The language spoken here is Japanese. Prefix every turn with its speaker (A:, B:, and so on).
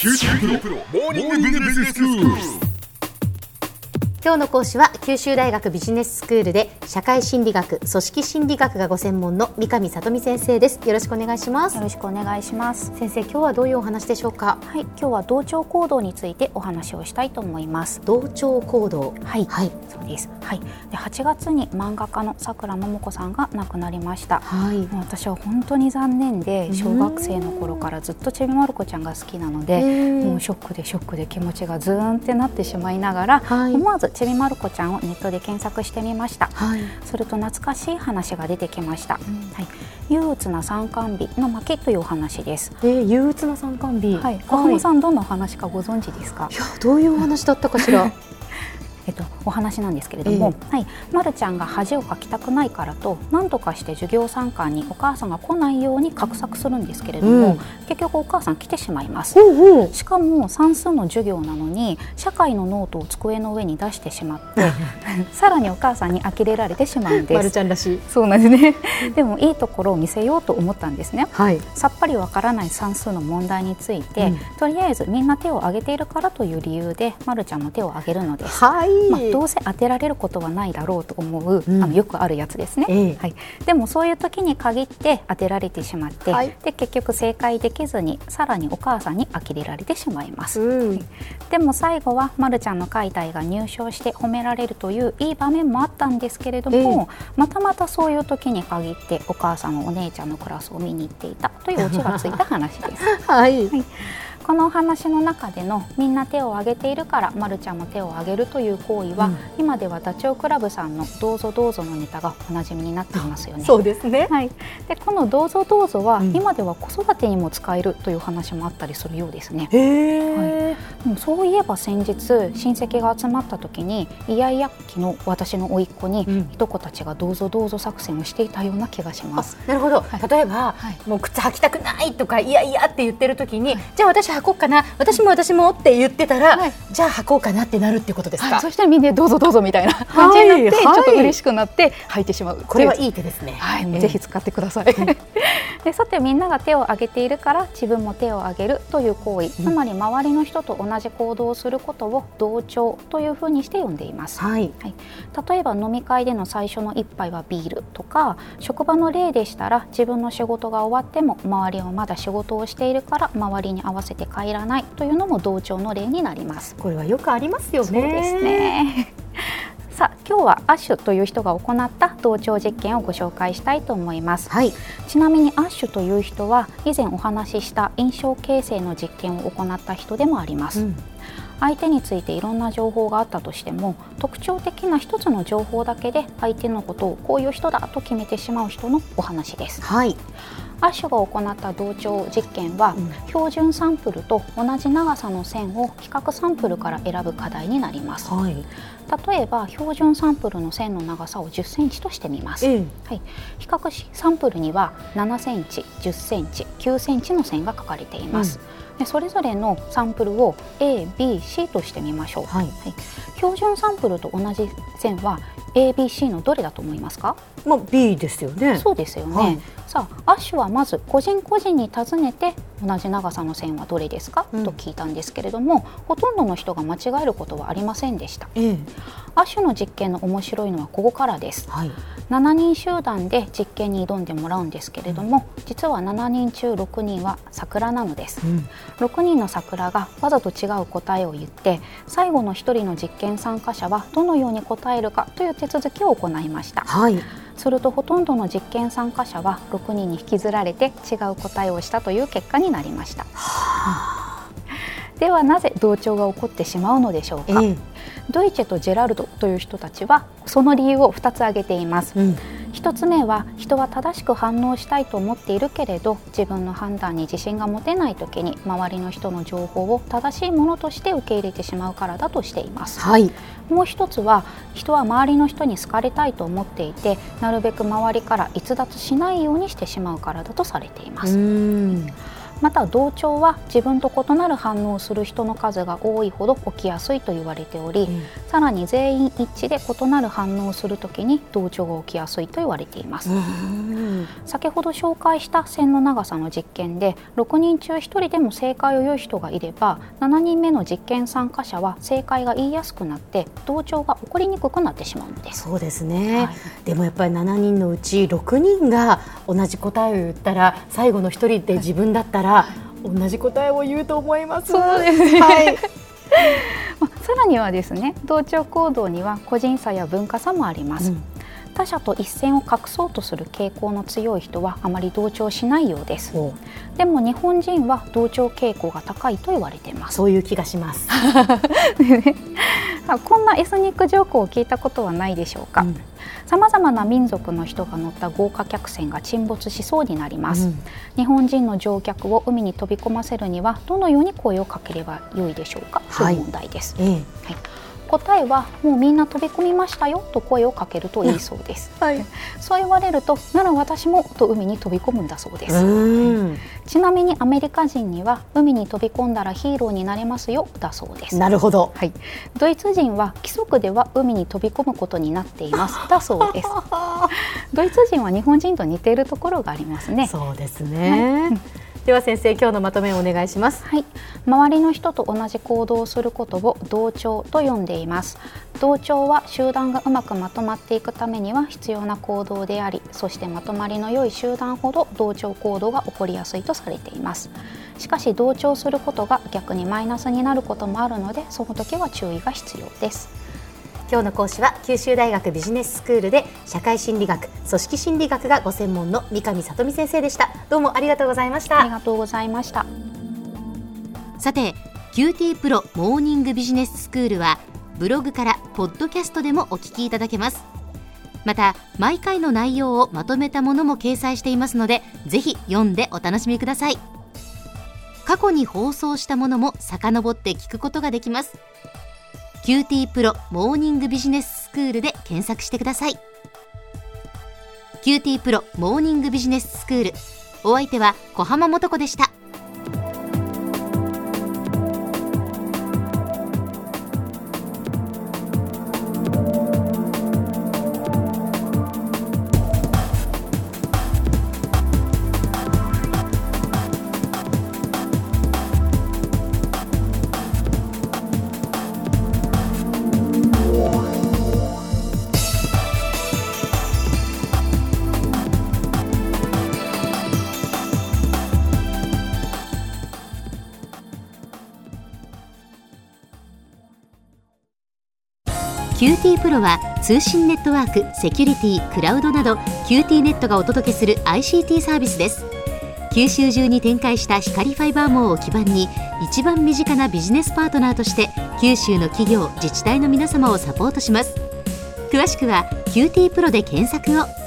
A: 九州大学モーニングビジネススクール。
B: 今日の講師は九州大学ビジネススクールで社会心理学、組織心理学がご専門の三上里美先生です。よろしくお願いします。
C: よろしくお願いします。
B: 先生、今日はどういうお話でしょうか？
C: はい、今日は同調行動についてお話をしたいと思います。
B: 同調行動、
C: はい、そうです。はい。で、8月に漫画家のさくらももこさんが亡くなりました。
B: はい。
C: もう私は本当に残念で、小学生の頃からずっとちびまる子ちゃんが好きなので、もうショックで気持ちがズーンってなってしまいながら、思わずちびまる子ちゃんをネットで検索してみました。すると懐かしい話が出てきました。憂鬱な参観日の巻というお話です。
B: 憂鬱な参観日。
C: 小浜さん、どんなお話かご存知ですか？
B: いや、どういうお話だったかしら。
C: お話なんですけれども、まるちゃんが恥をかきたくないからと何とかして授業参観にお母さんが来ないように画策するんですけれども、結局お母さん来てしまいます。しかも算数の授業なのに社会のノートを机の上に出してしまってさらにお母さんに呆れられてしまうんです。
B: まるちゃんらしい。
C: そうなんですね。でもいいところを見せようと思ったんですね。
B: はい、
C: さっぱりわからない算数の問題について、とりあえずみんな手を挙げているからという理由でまるちゃんも手を挙げるのです。どうせ当てられることはないだろうと思う、よくあるやつですね。でもそういう時に限って当てられてしまって、で結局正解できずにさらにお母さんに呆れられてしまいます。でも最後はまるちゃんの描いた絵が入賞して褒められるといういい場面もあったんですけれども、またそういう時に限ってお母さんはお姉ちゃんのクラスを見に行っていたというオチがついた話です。このお話の中でのみんな手を挙げているからまるちゃんも手を挙げるという行為は、今ではダチョウ倶楽部さんのどうぞどうぞのネタがおなじみになっていますよね。
B: そうですね。
C: でこのどうぞどうぞは、今では子育てにも使えるという話もあったりするようですね。そういえば先日親戚が集まった時にイヤイヤ期の私の甥っ子に、いとこたちがどうぞどうぞ作戦をしていたような気がします。
B: なるほど。例えば、もう靴履きたくないとかいやいやって言ってる時に、じゃあ私履こうかな、私もって言ってたら、じゃあ履こうかなってなるってことですか？
C: そしたらみんなどうぞどうぞみたいな感じになって、ちょっと嬉しくなって履いてしまう。
B: これはいい手ですね。
C: ぜひ使ってください。でさて、みんなが手を挙げているから自分も手を挙げるという行為、つまり周りの人と同じ行動をすることを同調というふうにして呼んでいます。例えば飲み会での最初の一杯はビールとか、職場の例でしたら自分の仕事が終わっても周りはまだ仕事をしているから周りに合わせて帰らないというのも同調の例になります。
B: これはよくありますよね。
C: そうですね。さあ、今日はアッシュという人が行った同調実験をご紹介したいと思います。ちなみにアッシュという人は以前お話しした印象形成の実験を行った人でもあります。相手についていろんな情報があったとしても、特徴的な一つの情報だけで相手のことをこういう人だと決めてしまう人のお話です。アッシュが行った同調実験は、標準サンプルと同じ長さの線を比較サンプルから選ぶ課題になります。例えば標準サンプルの線の長さを10センチとしてみます。比較サンプルには7センチ、10センチ、9センチの線が書かれています。でそれぞれのサンプルを A、B、C としてみましょう。標準サンプルと同じ線は A、B、C のどれだと思いますか
B: ？B ですよね。
C: そうですよね。さあ、アッシュはまず個人個人に尋ねて同じ長さの線はどれですか、と聞いたんですけれども、ほとんどの人が間違えることはありませんでした。アッシュの実験の面白いのはここからです。7人集団で実験に挑んでもらうんですけれども、実は7人中6人は桜なのです。6人の桜がわざと違う答えを言って、最後の1人の実験参加者はどのように答えるかという手続きを行いました。するとほとんどの実験参加者は6人に引きずられて違う答えをしたという結果になりました。ではなぜ同調が起こってしまうのでしょうか。ドイチェとジェラルドという人たちはその理由を2つ挙げています。1つ目は、人は正しく反応したいと思っているけれど自分の判断に自信が持てない時に周りの人の情報を正しいものとして受け入れてしまうからだとしています。もう一つは、人は周りの人に好かれたいと思っていてなるべく周りから逸脱しないようにしてしまうからだとされています。 また同調は自分と異なる反応をする人の数が多いほど起きやすいと言われており、さらに全員一致で異なる反応をするときに同調が起きやすいと言われています。先ほど紹介した線の長さの実験で6人中1人でも正解を良い人がいれば、7人目の実験参加者は正解が言いやすくなって同調が起こりにくくなってしまうんです。
B: そうですね、でもやっぱり7人のうち6人が同じ答えを言ったら、最後の1人で自分だったら同じ答えを言うと思います。
C: そうですね、さらにはですね、同調行動には個人差や文化差もあります。他者と一線を画そうとする傾向の強い人はあまり同調しないようです。でも日本人は同調傾向が高いと言われています。
B: そういう気がします
C: こんなエスニックジョークを聞いたことはないでしょうか。さまざまな民族の人が乗った豪華客船が沈没しそうになります。日本人の乗客を海に飛び込ませるにはどのように声をかければよいでしょうか、という問題です。答えはもうみんな飛び込みましたよと声をかけるといいそうです。そう言われると、なら私もと海に飛び込むんだそうです。ちなみにアメリカ人には海に飛び込んだらヒーローになれますよだそうです。
B: なるほど。
C: ドイツ人は規則では海に飛び込むことになっていますだそうです。ドイツ人は日本人と似ているところがありますね。
B: そうですね、では先生、今日のまとめをお願いします。
C: 周りの人と同じ行動をすることを同調と呼んでいます。同調は集団がうまくまとまっていくためには必要な行動であり、そしてまとまりの良い集団ほど同調行動が起こりやすいとされています。しかし同調することが逆にマイナスになることもあるので、その時は注意が必要です。
B: 今日の講師は九州大学ビジネススクールで社会心理学、組織心理学がご専門の三上里美先生でした。どうもありがとうございました。
C: ありがとうございました。
B: さて、QT プロモーニングビジネススクールはブログからポッドキャストでもお聞きいただけます。また毎回の内容をまとめたものも掲載していますので、ぜひ読んでお楽しみください。過去に放送したものも遡って聞くことができます。QT プロモーニングビジネススクールで検索してください。QT プロモーニングビジネススクール、お相手は小浜もとこでした。QT プロは通信ネットワーク、セキュリティ、クラウドなど QT ネットがお届けする ICT サービスです。九州中に展開した光ファイバー網を基盤に、一番身近なビジネスパートナーとして九州の企業、自治体の皆様をサポートします。詳しくは QT プロで検索を。